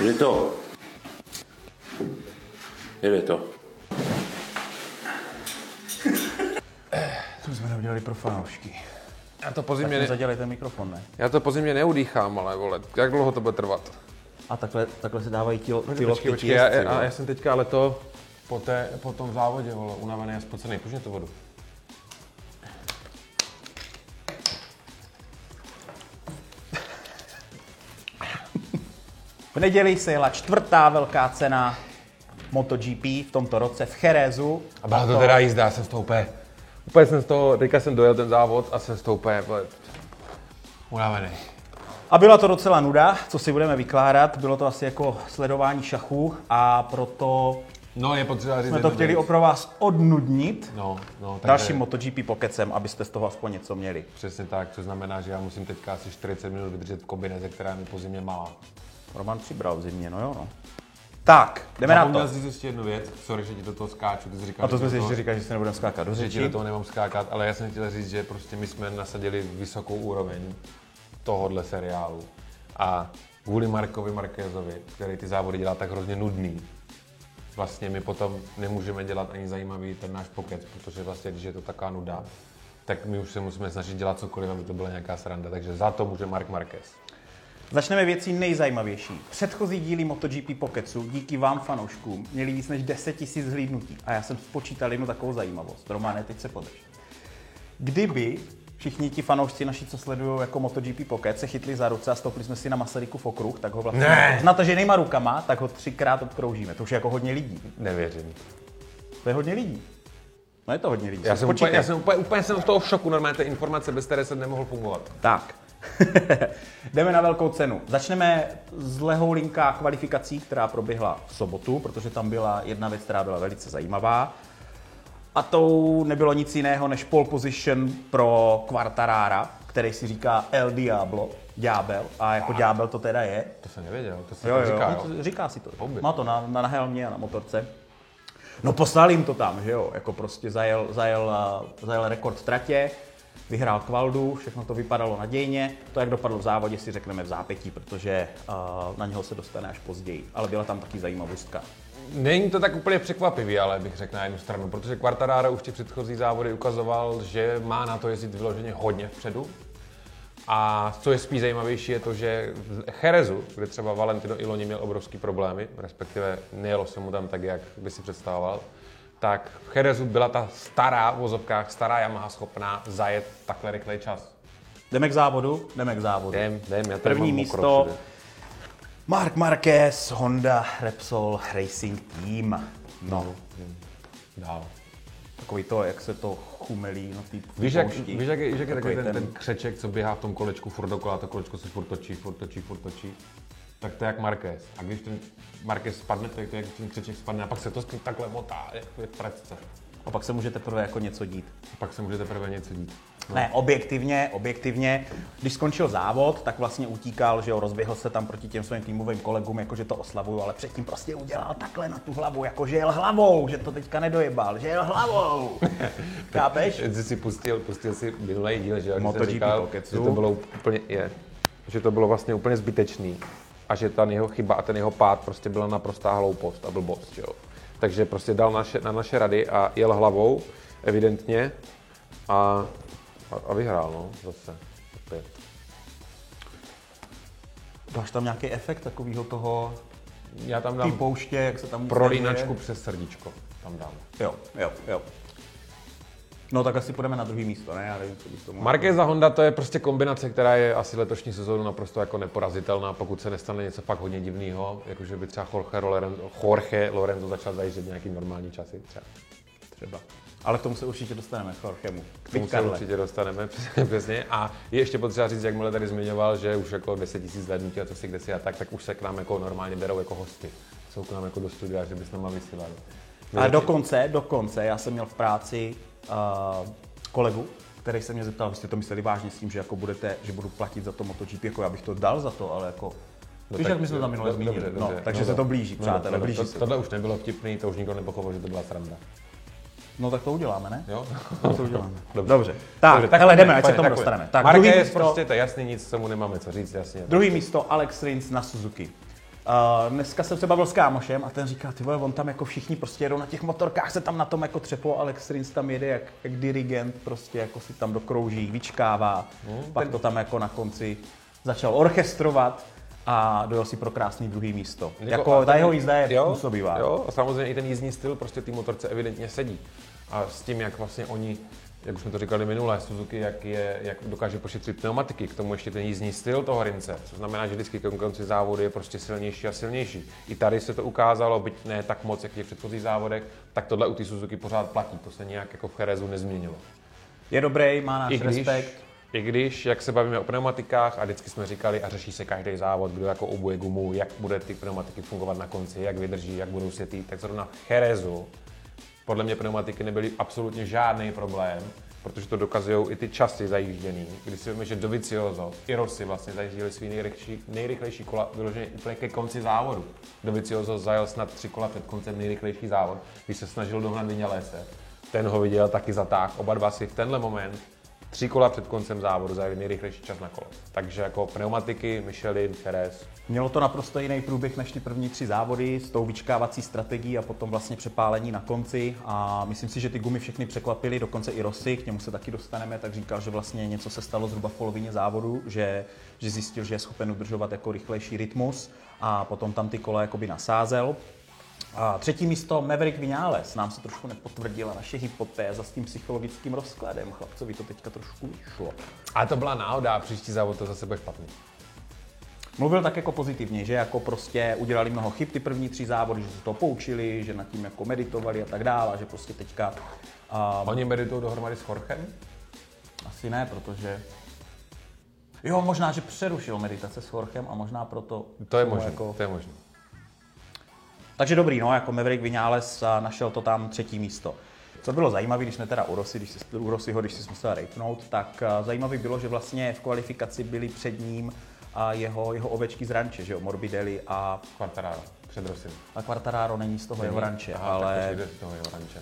Jde to. Jde to. To jsme neudělali pro fanoušky. Já to po zimě zadělej ten mikrofon, ne? Já to po zimě neudýchám, ale vole, jak dlouho to bude trvat? A takhle se dávají ty lokty Počkej, já jsem teďka, ale to po tom závodě, vole, unavený a spocený, pušně tu vodu. V neděli se jela 4. velká cena MotoGP v tomto roce v Jerezu. A byla to teda jízda, jsem z toho úplně jsem z toho, teďka jsem dojel ten závod a jsem z toho úplně unavený. A byla to docela nuda, co si budeme vykládat, bylo to asi jako sledování šachu a proto je potřeba říct, jsme to chtěli pro vás odnudnit takže dalším MotoGP pokecem, abyste z toho aspoň něco měli. Přesně tak, což znamená, že já musím teďka asi 40 minut vydržet v kombineze, která mi po zimě malá. Roman přibral v zimě, no jo no. Tak, jdeme na to. Zapomněl jsi ještě jednu věc, sorry, že ti do toho skáču, ty jsi říkal, a to jsme si ještě říkali, že se nebudeme skákat do řeči. řeči. Že do toho nemám skákat, ale já jsem chtěl říct, že prostě my jsme nasadili vysokou úroveň tohohle seriálu. A kvůli Markovi Marquezovi, který ty závody dělá tak hrozně nudný, vlastně my potom nemůžeme dělat ani zajímavý ten náš pokec, protože vlastně, když je to taková nuda, tak my už se musíme snažit dělat cokoliv, aby to byla nějaká sranda, takže za to může Mark Marquez. Začneme věcí nejzajímavější. Předchozí díly MotoGP Pokecu díky vám fanouškům měli víc než 10 000 zhlídnutí a já jsem spočítal jednu takovou zajímavost. Romane, teď se podrž. Kdyby všichni ti fanoušci naši, co sledují jako MotoGP Pocket, se chytli za ruce a stoupili jsme si na Masarykův okruh, tak ho vlastně nataženýma rukama, tak ho 3krát obkroužíme. To už je jako hodně lidí. Nevěřím. To je hodně lidí. No je to hodně lidí. Já jsem úplně z toho v šoku, normálně té informace, bez které jsem nemohl fungovat. Tak. Jdeme na velkou cenu. Začneme z lehou linka kvalifikací, která proběhla v sobotu, protože tam byla jedna věc, která byla velice zajímavá. A to nebylo nic jiného než pole position pro Quartarara, který si říká El Diablo, ďábel, a jako ďábel to teda je. To jsem nevěděl, to se říká, jo. Říká si to. Má to na helmě a na motorce. No poslal jim to tam, že jo, jako prostě zajel rekord tratě, vyhrál kvaldu, všechno to vypadalo nadějně. To, jak dopadlo v závodě, si řekneme v zápětí, protože na něho se dostane až později. Ale byla tam taky zajímavostka. Není to tak úplně překvapivý, ale bych řekl na jednu stranu, protože Quartararo už ty předchozí závody ukazoval, že má na to jezdit vyloženě hodně vpředu. A co je spíš zajímavější je to, že v Jerezu, kde třeba Valentino Iloni měl obrovský problémy, respektive nejelo se mu tam tak, jak by si představoval, tak v Jerezu byla ta stará, v vozovkách, stará Yamaha schopná zajet takhle rychlej čas. Jdeme k závodu? Jdem, První místo. Marc Marquez, Honda Repsol Racing Team. No. Dál. Takový to, jak se to chumelí na té Víš, jak je takový ten křeček, co běhá v tom kolečku furt dokola, to kolečko se furt točí. Tak to je jak Marquez. A když ten Marquez spadne, to je jak ten křeček spadne a pak se to takhle motá, jak v pračce. A pak se může teprve jako něco dít. No. Ne, objektivně, když skončil závod, tak vlastně utíkal, že jo, rozběhl se tam proti těm svým týmovým kolegům, jakože to oslavuju, ale předtím prostě udělal takhle na tu hlavu, jakože jel hlavou, že to teďka nedojebal, že jel hlavou. Chápeš? Jsi si pustil si minulý díl, že MotoGP Pokecu. Že to bylo úplně, že to bylo vlastně úplně zbytečný a že ta jeho chyba a ten jeho pád prostě byla naprostá hloupost a blbost, jo. Takže prostě dal na naše rady a jel hlavou, evidentně, a vyhrál, no, zase. Opět. Dáš tam nějaký efekt takového toho, já tam dám pouště, jak se tam prolínačku přes srdíčko, tam dám. Jo. No tak asi půjdeme na druhý místo, ne? Já nevím, co bych tomu... Marquez a Honda, to je prostě kombinace, která je asi letošní sezónu naprosto jako neporazitelná, pokud se nestane něco fakt hodně divného, jakože by třeba Jorge Lorenzo začal zajíždět nějaký normální časy třeba. Ale k tomu se určitě dostaneme, k Jorgemu. K tomu se určitě dostaneme, přesně. A je ještě potřeba říct, jakmile tady zmiňoval, že už jako 10 000 zhlédnutí a co si kdesi a tak už se k nám jako normálně berou jako hosti. Jsou k nám jako do studia, že by s náma vysílali. Ale dokonce, já jsem měl v práci kolegu, který se mě zeptal, vy jste to mysleli vážně s tím, že jako že budu platit za to MotoGP, jako já bych to dal za to, ale jako... Víš, jak my jsme tam minule zmínili, takže se to blíží, přátelé, blíží se. Tohle už nebylo vtipný, to už nikdo nepochopil, že to byla sranda. No tak to uděláme, ne? Jo? To uděláme. Dobře. Tak hele, jdeme, ať se tomu dostaneme. Tak Marquez prostě, to je jasný, nic, co mu nemáme co říct, jasně. Druhý místo, Alex Rins na Suzuki. Dneska jsem se bavil s kámošem a ten říkal, ty vole, on tam jako všichni prostě jedou na těch motorkách, se tam na tom jako třepou, Alex Rins tam jede jak dirigent, prostě jako si tam dokrouží, vyčkává, pak to tam jako na konci začal orchestrovat a dojel si pro krásný druhý místo. Jako ta jeho jízda je působivá. Jo, a samozřejmě i ten jízdní styl prostě té motorce evidentně sedí. A s tím, jak vlastně oni, jak už jsme to říkali minule, Suzuki, jak dokáže pošetřit pneumatiky, k tomu ještě ten jízdní styl toho Rince, co znamená, že vždycky ke konci závodu je prostě silnější a silnější. I tady se to ukázalo, byť ne tak moc, jak v těch předchozích závodech, tak tohle u té Suzuki pořád platí, to se nějak jako v Jerezu nezměnilo. Je dobrý, má náš respekt. I když, jak se bavíme o pneumatikách a vždycky jsme říkali a řeší se každý závod, kdo jako obuje gumu, jak bude ty pneumatiky fungovat na konci, jak vydrží, jak budou světý, tak zrovna v Jerezu podle mě pneumatiky nebyly absolutně žádný problém, protože to dokazují i ty časy zajížděný. Když si víme, že Dovizioso i Rossi vlastně zajížděli svý nejrychlejší kola vyloženě úplně ke konci závodu. Dovizioso zajel snad 3 kola před koncem nejrychlejší závod, když se snažil dohnat Viñalese. Ten ho viděl taky zatáh. Oba dva si v tenhle moment 3 kola před koncem závodu zajeli nejrychlejší čas na kole. Takže jako pneumatiky, Michelin, Jerez. Mělo to naprosto jiný průběh než ty první 3 závody s tou vyčkávací strategií a potom vlastně přepálení na konci. A myslím si, že ty gumy všechny překvapily, dokonce i Rossi, k němu se taky dostaneme, tak říkal, že vlastně něco se stalo zhruba v polovině závodu, že zjistil, že je schopen udržovat jako rychlejší rytmus a potom tam ty kola jakoby nasázel. A třetí místo Maverick Viñales nám se trošku nepotvrdila naše hypotéza s tím psychologickým rozkladem. Chlapcovi to teďka trošku vyšlo. Ale to byla náhoda a příští závod to zase bude špatný. Mluvil tak jako pozitivně, že jako prostě udělali mnoho chyb ty první 3 závody, že se to poučili, že nad tím jako meditovali a tak dále, že prostě teďka... Oni meditují dohromady s Jorgem? Asi ne, protože... Jo, možná, že přerušil meditace s Jorgem a možná proto... To je možné, to je možné. Takže dobrý, no, jako Maverick Viñales našel to tam 3. místo. Co bylo zajímavé, když jsme teda u Rossiho, když si musel rejpnout, tak zajímavé bylo, že vlastně v kvalifikaci byli před ním jeho ovečky z ranče, že jo, Morbidelli a Quartararo, před Rossim. A Quartararo není z toho jeho ranče, ale... Tak z toho jeho ranče.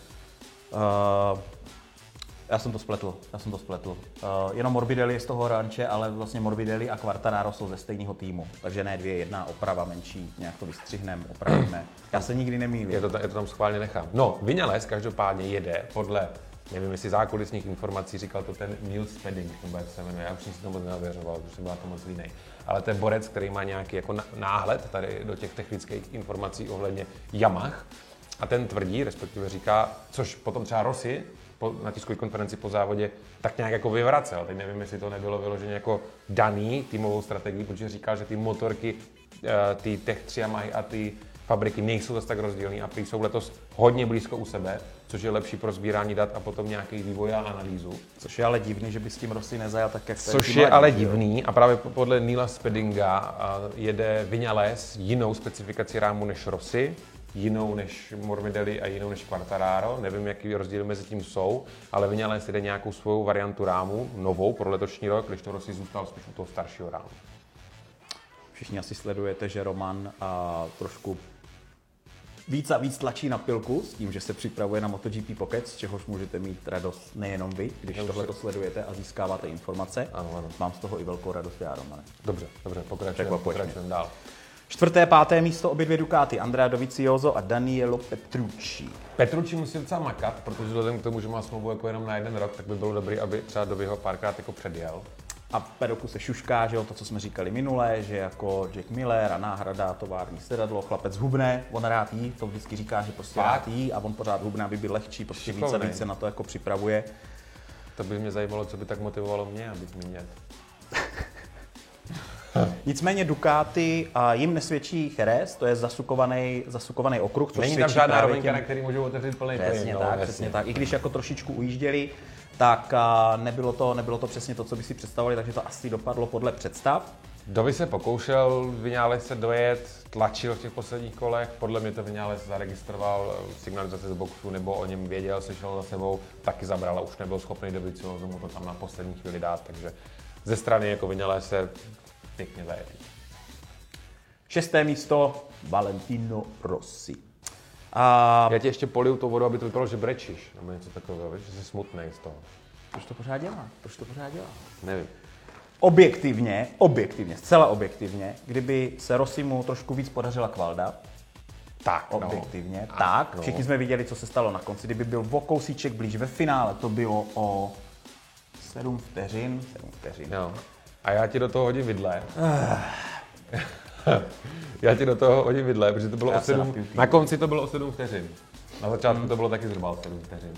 Já jsem to spletl. Jenom Morbidelli je z toho ranče, ale vlastně Morbidelli a Quartararo jsou ze stejného týmu. Takže ne 2-1, oprava menší, nějak to vystřihneme, opravíme. Já se nikdy nemýlím. Je to tam schválně nechám. No, Viñales každopádně jede podle, nevím, jestli zákulisních informací, říkal to ten Neil Spedding, nebo jak se jmenuje, já už jsem si to moc neověřoval, protože byla to moc línej. Ale ten borec, který má nějaký jako náhled tady do těch technických informací ohledně Yamaha, a ten tvrdí, respektive říká, což potom třeba Rossi na tiskové konferenci po závodě tak nějak jako vyvracel. Teď nevím, jestli to nebylo vyloženě jako daný týmovou strategii, protože říkal, že ty motorky, ty Tech 3 Yamahy a ty fabriky nejsou zase tak rozdílný a prý jsou letos hodně blízko u sebe, což je lepší pro sbírání dat a potom nějaký vývoj a analýzu. Což je ale divný, že by s tím Rossi nezajel tak, jak to. Což je ale divný a právě podle Neila Speddinga jede Viñales jinou specifikaci rámu než Rossi, jinou než Morbidelli a jinou než Quartararo. Nevím, jaký rozdíly mezi tím jsou, ale Viñales jede nějakou svou variantu rámu, novou pro letošní rok, když to Rossi zůstal spíš u toho staršího rámu. Všichni asi sledujete, že Roman trošku víc a víc tlačí na pilku s tím, že se připravuje na MotoGP Pocket, z čehož můžete mít radost nejenom vy, když tohle sledujete a získáváte informace. Ano. Mám z toho i velkou radost já, Romane. Dobře, pokračujeme dál. 4., 5. místo obě dvě Ducati, Andrea Dovizioso a Danielo Petrucci. Petrucci musí docela makat, protože vzhledem k tomu, že má smlouvu jako jenom na 1 rok, tak by bylo dobré, aby třeba Doviho párkrát jako předjel. A v pedoku se šušká, že jo, to, co jsme říkali minule, že jako Jack Miller a náhrada tovární sedadlo, chlapec hubne, on rád jí, to vždycky říká, že prostě rád jí a on pořád hubne, aby byl lehčí, prostě více na to jako připravuje. To by mě zajímalo, co by tak motivovalo mě, abych měl. Nicméně Ducati jim nesvědčí Jerez, to je zasukovaný okruh, což není tam žádná rovinka, na který můžou otevřít plný plyn. Přesně tak. I když jako trošičku ujížděli, tak nebylo to přesně to, co by si představovali, takže to asi dopadlo podle představ. Dovi se pokoušel Viñales se dojet, tlačil v těch posledních kolech, podle mě to Viñales zaregistroval signalizace z boxu, nebo o něm věděl, sešel za sebou, taky zabral a už nebyl schopný Dovizioso mu to tam na poslední chvíli dát, takže ze strany jako Viñales se pěkně zajetý. 6. místo Valentino Rossi. Já ti ještě poliju tou vodu, aby to vypadalo, že brečíš, nebo něco takového, víš, že jsi smutnej z toho. Proč to pořád dělá? Nevím. objektivně, zcela objektivně, kdyby se Rossimu trošku víc podařila kvalda, Tak, objektivně, tak, všichni jsme viděli, co se stalo na konci, kdyby byl o kousíček blíž ve finále, to bylo o 7 vteřin. Jo. A já ti do toho hodím vidle. Já ti do toho hodím vidle, protože to bylo o 7, na konci to bylo o 7 vteřin. Na začátku to bylo taky zhruba o 7 vteřin.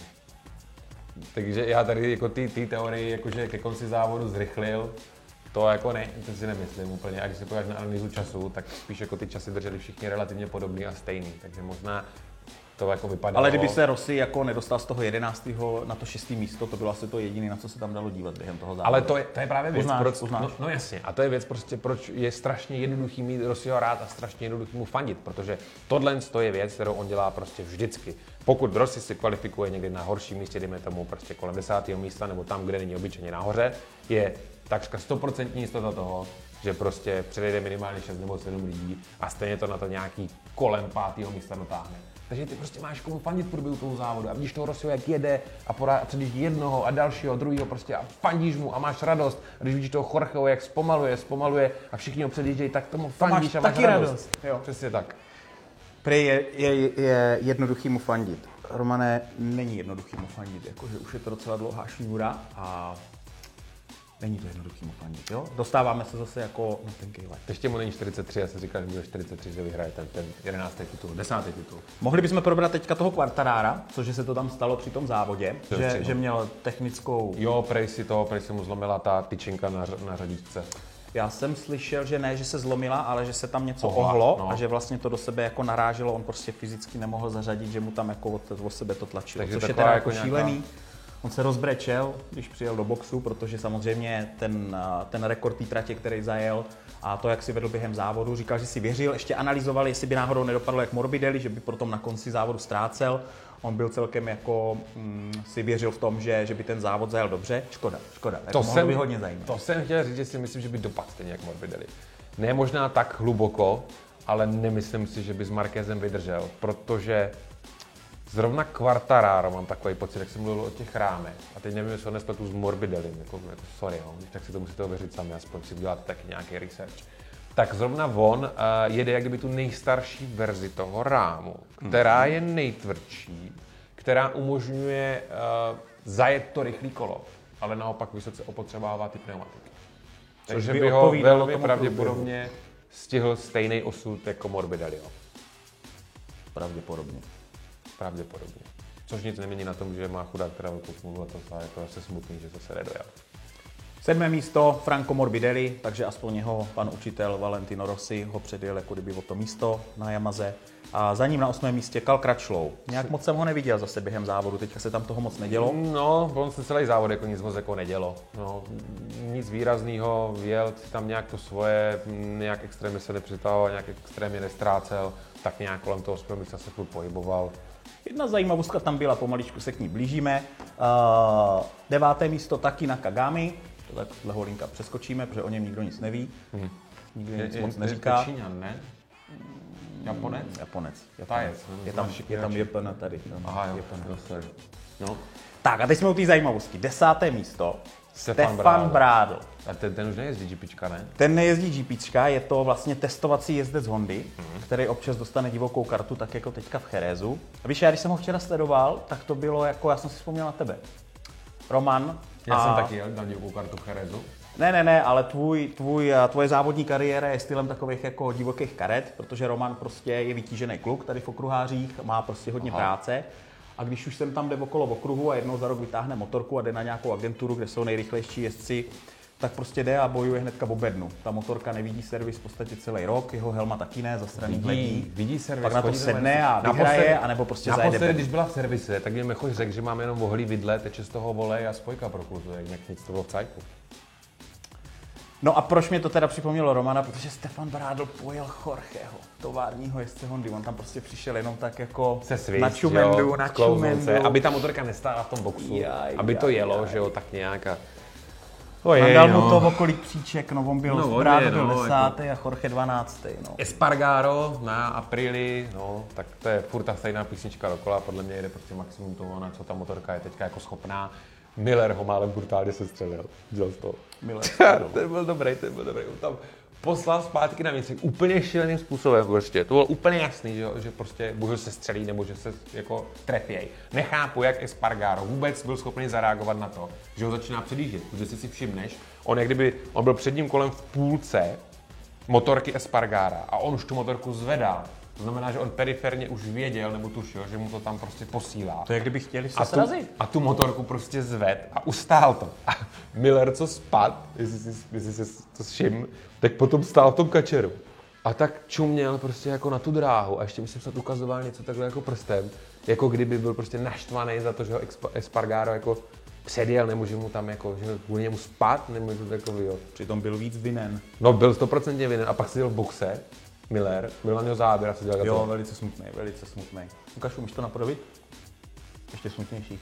Takže já tady jako ty teorii, jakože ke konci závodu zrychlil, to jako ne, to si nemyslím úplně. A když se podíváš na analýzu času, tak spíš jako ty časy drželi všichni relativně podobný a stejný. Takže možná to jako vypadalo. Ale kdyby se Rossi jako nedostal z toho 11. na to 6. místo, to bylo asi to jediné, na co se tam dalo dívat během toho závodu. Ale to je právě věc, Uznáš. No jasně, a to je věc prostě, proč je strašně jednoduchý mít Rossiho rád a strašně jednoduchý mu fandit, protože tohle je věc, kterou on dělá prostě vždycky. Pokud Rossi si kvalifikuje někdy na horším místě, dejme tomu prostě kolem 10. místa nebo tam, kde není obyčejně nahoře, je takřka 100% jistota toho, že prostě předejde minimálně 6 nebo 7 lidí a stejně to na to nějaký kolem 5. místa dotáhne. Takže ty prostě máš komu fandit v průběhu toho závodu a vidíš toho Rossiho, jak jede a předjíždí jednoho a dalšího, druhého prostě a fandíš mu a máš radost. A když vidíš toho Jorgeho, jak zpomaluje a všichni ho předjíždějí, tak tomu fandíš a máš radost. Jo. Přesně tak. Prej je jednoduchý mu fandit. Romane, není jednoduchý mu fandit, jakože už je to docela dlouhá šňůra a není to jednoduchý mu fandit, jo? Dostáváme se zase jako na tenkej let. Ještě mu není 43, já si říkal, že bude 43, že vyhraje ten 11. titul, 10. titul. Mohli bychom probrat teďka toho Quartarara, což se to tam stalo při tom závodě, že měl technickou... Jo, prej si mu zlomila ta tyčinka na řadičce. Já jsem slyšel, že ne, že se zlomila, ale že se tam něco ohlo a že vlastně to do sebe jako naráželo, on prostě fyzicky nemohl zařadit, že mu tam jako od sebe to tlačilo, což je teda jako šílený. On se rozbrečel, když přijel do boxu, protože samozřejmě ten rekord té tratě, který zajel a to, jak si vedl během závodu, říkal, že si věřil, ještě analyzoval, jestli by náhodou nedopadlo jak Morbidelli, že by potom na konci závodu ztrácel. On byl celkem jako si věřil v tom, že by ten závod zajel dobře. Škoda. To mohlo by hodně zajímat. To jsem chtěl říct, že si myslím, že by dopadl stejně jak Morbidelli. Ne možná tak hluboko, ale nemyslím si, že by s Marquezem vydržel, protože zrovna Quartararo mám takový pocit, jak jsem mluvil o těch rámech. A teď nevím, jestli ho nespletu s Morbidellim, jako sorry, tak si to musíte ověřit sami, aspoň si udělat taky nějaký research. Tak zrovna on jede jak kdyby tu nejstarší verzi toho rámu, která je nejtvrdší, která umožňuje zajet to rychlý kolo, ale naopak vysoce opotřebává ty pneumatiky. Takže by ho velmi pravděpodobně stihl stejný osud jako Morbidelli. Pravděpodobně. Což nic nemění na tom, že má chudák teda velkou smůlu a to je to zase smutný, že zase nedojel. 7. místo Franco Morbidelli, takže aspoň jeho pan učitel Valentino Rossi ho předjel jako kdyby o to místo na Yamaze. A za ním na 8. místě Cal Crutchlow. Nějak moc jsem ho neviděl zase během závodu, teďka se tam toho moc nedělo. No, on se celý závod jako nic moc jako nedělo. No, nic výrazného, jel tam nějak to svoje, nějak extrémně se nepřitahoval, nějak extrémně nestrácel, tak nějak kolem toho 8. místa se furt pohyboval. Jedna zajímavostka tam byla, pomaličku se k ní blížíme. 9. místo Taki Nakagami, to takhle holinka přeskočíme, protože o něm nikdo nic neví. Nikdo nic moc neříká. Je Číňan, ne? Japonec. Je tam JPN tady. Aha, jo. No. Tak a teď jsme u té zajímavosti. 10. místo Stefan Bradl. A ten už nejezdí GPčka, ne? Ten nejezdí GPčka, je to vlastně testovací jezdec Hondy, který občas dostane divokou kartu, tak jako teďka v Cherezu. A víš, já když jsem ho včera sledoval, tak to bylo jako, já jsem si vzpomněl na tebe. Roman. Já jsem taky jel, dal divokou kartu v Cherezu. Ne, ale tvoje závodní kariéra je stylem takových jako divokých karet, protože Roman prostě je vytížený kluk tady v okruhářích, má prostě hodně práce. A když už jsem tam jde okolo v okruhu a jednou za rok vytáhne motorku a jde na nějakou agenturu, kde jsou nejrychlejší jezdci, tak prostě jde a bojuje hnedka o bednu. Ta motorka nevidí servis v podstatě celý rok, jeho helma taky ne, zastraný hledí. Vidí servis. Pak na to sedne a vyhraje, anebo prostě zajede bednu. Naposledy, když byla v servise, tak mi Mechoš řekl, že mám jenom oholý vidle, teče z toho volej a spojka prokluzuje, jak nic to bylo v cajku. No a proč mě to teda připomnělo Romana, protože Stefan Bradl pojel Jorgeho, továrního jezdce Hondy. On tam prostě přišel jenom tak jako na čumendu, aby ta motorka nestála v tom boxu, aby to jelo, že jo, tak nějak a... Dal mu to okolí příček, no on byl Bradl byl 10. a Jorge 12. No. Espargaro na Aprilii, no, tak to je furt ta stejná písnička dokola, podle mě jde prostě maximum toho, na co ta motorka je teďka jako schopná. Miller ho málem brutálně sestřelil, dělal z toho. Miller. Ten byl dobrý. On tam poslal zpátky na vnitřek úplně šíleným způsobem prostě. To bylo úplně jasný, že prostě buď se střelí, nebo že se jako trefěj. Nechápu, jak Espargaro vůbec byl schopný zareagovat na to, že ho začíná předjíždět. Protože si všimneš, on byl předním kolem v půlce motorky Espargara a on už tu motorku zvedal. To znamená, že on periferně už věděl nebo tušil, že mu to tam prostě posílá. To je, kdyby chtěli se srazit. A tu motorku prostě zved a ustál to. A Miller, co spadl, jestli si to všim, tak potom stál v tom kačeru. A tak čuměl prostě jako na tu dráhu a ještě myslím, že ukazoval něco takhle jako prstem, jako kdyby byl prostě naštvaný za to, že ho Espargaro jako předjel, nebo že mu tam jako, že kvůli němu spadl, nebo něco takového. Přitom byl víc vinen. No, byl 100% vinen a pak si jel v boxe. Miller, byl na něho záběr a se dělal Jo, velice smutný. Ukaž, umíš to napodobit? Ještě smutnější.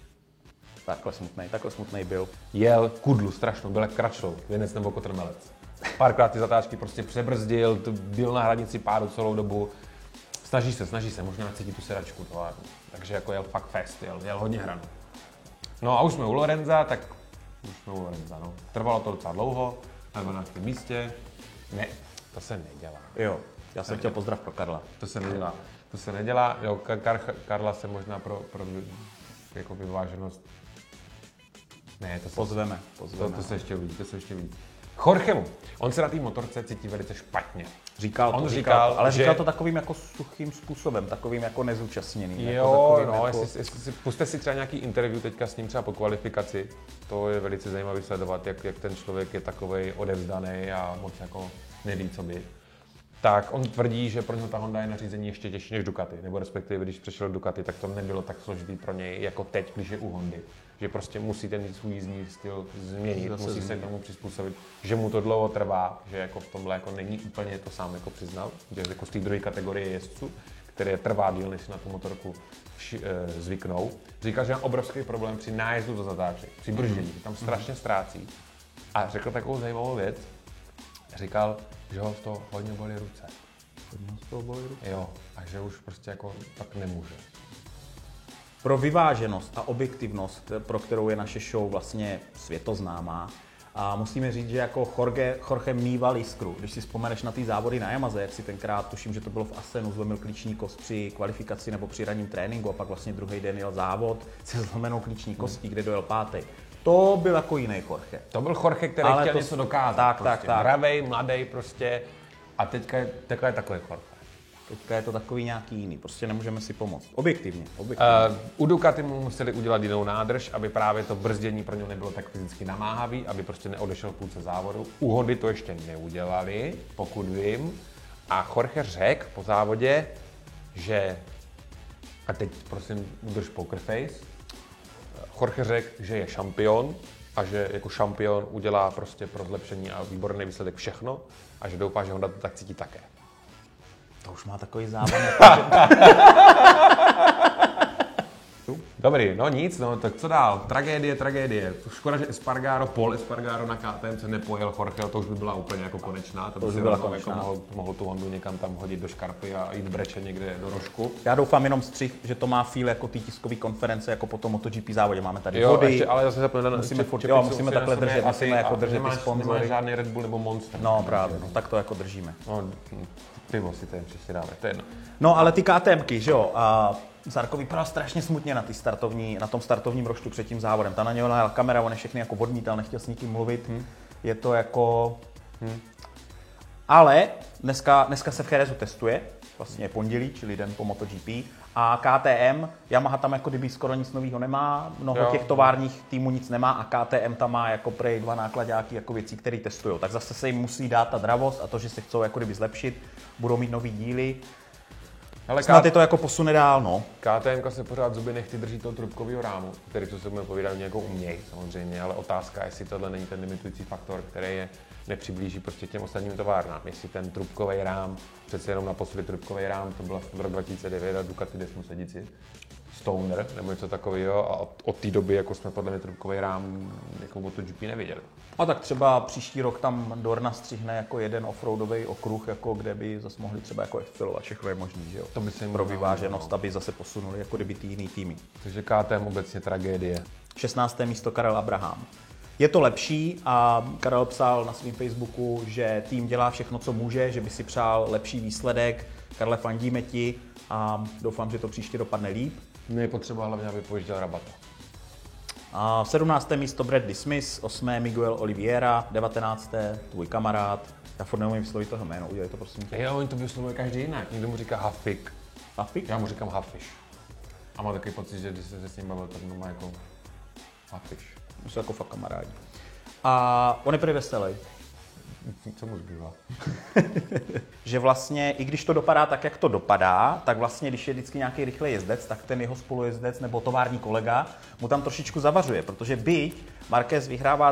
Takhle smutný byl. Jel kudlu strašnou, byl jak kračlou, věnec nebo kotrmelec. Párkrát ty zatáčky prostě přebrzdil, byl na hranici pádu celou dobu. Snaží se, možná nacítí tu sedačku továrnu. Takže jako jel fakt fest, jel hodně hranu. No a už jsme u Lorenza, no. Trvalo to docela dlouho, na 12. místě. Ne, to se nedělá. Jo, já jsem chtěl pozdrav pro Karla. To se nedělá. Jo, Karla se možná pro jako vyváženost. Ne, pozveme. To se ještě uvidí. Jorgemu, on se na té motorce cítí velice špatně. Říkal, ale říkal to takovým jako suchým způsobem, takovým jako nezúčastněným. Jo, puste si třeba nějaký interview teďka s ním třeba po kvalifikaci. To je velice zajímavé sledovat, jak ten člověk je takovej odevzdaný a moc jako neví, co by. Tak on tvrdí, že pro něho ta Honda je nařízení ještě těžší než Ducati, nebo respektive, když přešel Ducati, tak to nebylo tak složitý pro něj jako teď, když je u Hondy. Že prostě musí ten svůj jízdní styl změnit, musí se k tomu přizpůsobit, že mu to dlouho trvá, že jako v tomhle jako není úplně to sám jako přiznal, že jako z té druhé kategorie jezdců, které trvá díl, než si na tu motorku zvyknou. Říkal, že má obrovský problém při nájezdu do zatáček, při brždění, tam strašně ztrácí. A řekl takovou zajímavou věc, říkal, že ho z toho hodně bolí ruce. Jo, a že už prostě jako tak nemůže. Pro vyváženost a objektivnost, pro kterou je naše show vlastně světoznámá, a musíme říct, že jako Jorge mýval jiskru. Když si vzpomeneš na ty závody na Yamaze, jak si tenkrát, tuším, že to bylo v Asenu, zlomil klíční kost při kvalifikaci nebo při ranním tréninku a pak vlastně druhý den jel závod se zlomenou klíční kostí, kde dojel pátý. To byl jako jiný Jorge. To byl Jorge, který chtěl něco dokázat. Tak. Hravej, mladý prostě. A teďka je takový Jorge. Teďka je to takový nějaký jiný, prostě nemůžeme si pomoct. Objektivně. U Ducati mu museli udělat jinou nádrž, aby právě to brzdění pro něj nebylo tak fyzicky namáhavý, aby prostě neodešel v půlce závodu. U Hondy to ještě neudělali, pokud vím. A Jorge řekl po závodě, že, a teď prosím drž poker face, Jorge řekl, že je šampion a že jako šampion udělá prostě pro zlepšení a výborný výsledek všechno a že doufá, že Honda to tak cítí také. To už má takový závan. Dobrý, no nic, no tak co dál? Tragédie. Škoda, že Paul Espargaro na KTM se nepojel Jorge, to už by byla úplně jako konečná. To by si jako mohl tu Hondu někam tam hodit do škarpy a jít breče někde do rožku. Já doufám jenom střih, že to má feel jako ty tiskové konference, jako po tom MotoGP závodě. Máme tady jo, vody. Ještě, ale zase zapomněl, musíme takhle držet, musíme jako držet ty sponzory. Nemáš žádný Red Bull nebo Monster. No právě, tak to jako držíme. No, pivo si tady přesně dáme, to je jedno. No ale ty KTMky, že jo, a Zarko vypadal strašně smutně na tom startovním roštu před tím závodem. Ta na něho najela kamera, on je všechny jako odmítal, nechtěl s nikým mluvit. Je to jako... Ale dneska se v Jerezu testuje, vlastně je pondělí, čili den po MotoGP. A KTM, Yamaha tam jako kdyby skoro nic nového nemá, mnoho těch továrních týmů nic nemá a KTM tam má jako prej 2 nákladáky jako věcí, které testují. Tak zase se jim musí dát ta dravost a to, že se chcou jako kdyby zlepšit, budou mít nový díly. Ale snad je to jako posune dál, no. KTM se pořád zuby nechty drží toho trubkového rámu, který, co se budeme povídat, nějakou umějí samozřejmě, ale otázka, jestli tohle není ten limitující faktor, který je nepřiblíží prostě těm ostatním továrnám. Jestli ten trubkový rám, přece jenom naposledy trubkový rám, to byla v rok 2009 a Ducati Desmo Sedici, Stoner nebo něco takového a od té doby jako jsme podle mě trubkový rám jako MotoGP neviděli. A tak třeba příští rok tam Dorna střihne jako jeden offroadový okruh, jako kde by zase mohli třeba jako F-filovat, všechno je možný, že jo? To by se pro vyváženost, aby zase posunuli jako kdyby ty jiný týmy. Takže KTM obecně tragédie. 16. místo Karel Abraham. Je to lepší a Karel psal na svém Facebooku, že tým dělá všechno, co může, že by si přál lepší výsledek. Karle, fandíme ti a doufám, že to příště dopadne líp. Mně je potřeba hlavně, aby pojížděl Rabata. A 17. místo Bradley Smith, 8. Miguel Oliveira, 19. tvůj kamarád. Já furt neumím vyslovit toho jméno, udělej to prosím tě. Jo, oni to vyslovuje každý jinak. Někdo mu říká Hafik. Hafik? Já mu říkám Hafiš. A mám takový pocit, že když se s ním bavil, tak má jako Hafiš. Jsou jako fakt kamarádi. A on je prý veselý. Co mu zbývá? Že vlastně, i když to dopadá tak, jak to dopadá, tak vlastně, když je vždycky nějaký rychlý jezdec, tak ten jeho spolujezdec nebo tovární kolega mu tam trošičku zavařuje, protože byť Marquez vyhrává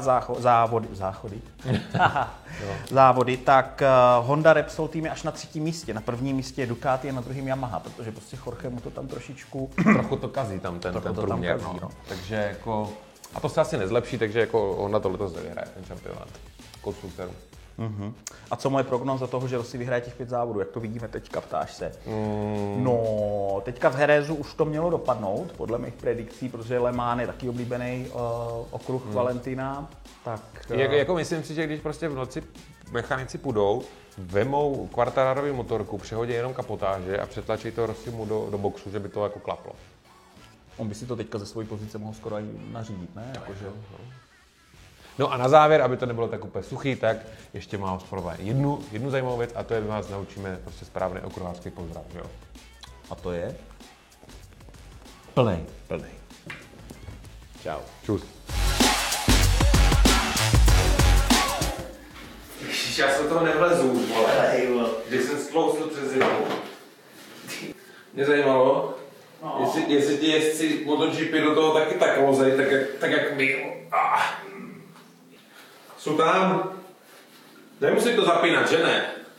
závody, tak Honda Repsol tým je až na 3. místě. Na 1. místě je Ducati a na 2. Yamaha, protože prostě Jorge mu to tam trošičku... Trochu to kazí tam ten průměr. Tam kazí, no. Takže jako... A to se asi nezlepší, takže jako Honda to letos vyhraje, ten šampionát konstruktorů. A co moje prognóza toho, že Rossi vyhraje těch 5 závodů, jak to vidíme teďka, ptáš se? No, teďka v Jerezu už to mělo dopadnout, podle mých predikcí, protože Le Mans je taky oblíbený okruh Valentina. Tak, jako myslím si, že když prostě v noci mechanici půjdou, vemou Quartararovi motorku, přehodí jenom kapotáže a přetlačí to Rossimu do boxu, že by to jako klaplo. On by si to teďka ze své pozice mohl skoro i nařídit, ne? Jakože... No a na závěr, aby to nebylo tak úplně suchý, tak ještě mám zprvé jednu zajímavou věc a to je, že vás naučíme prostě správný okruhářský pozdrav, jo? A to je? Plnej. Čau. Čus. Ježiš, já se toho nevlezu, vole. Když jsem sklousl přes zimu. Mě zajímalo, jestli ti jezdci MotoGP do toho taky tak lozej, tak jak my. Jsou tam. Nemusí to zapínat, že ne?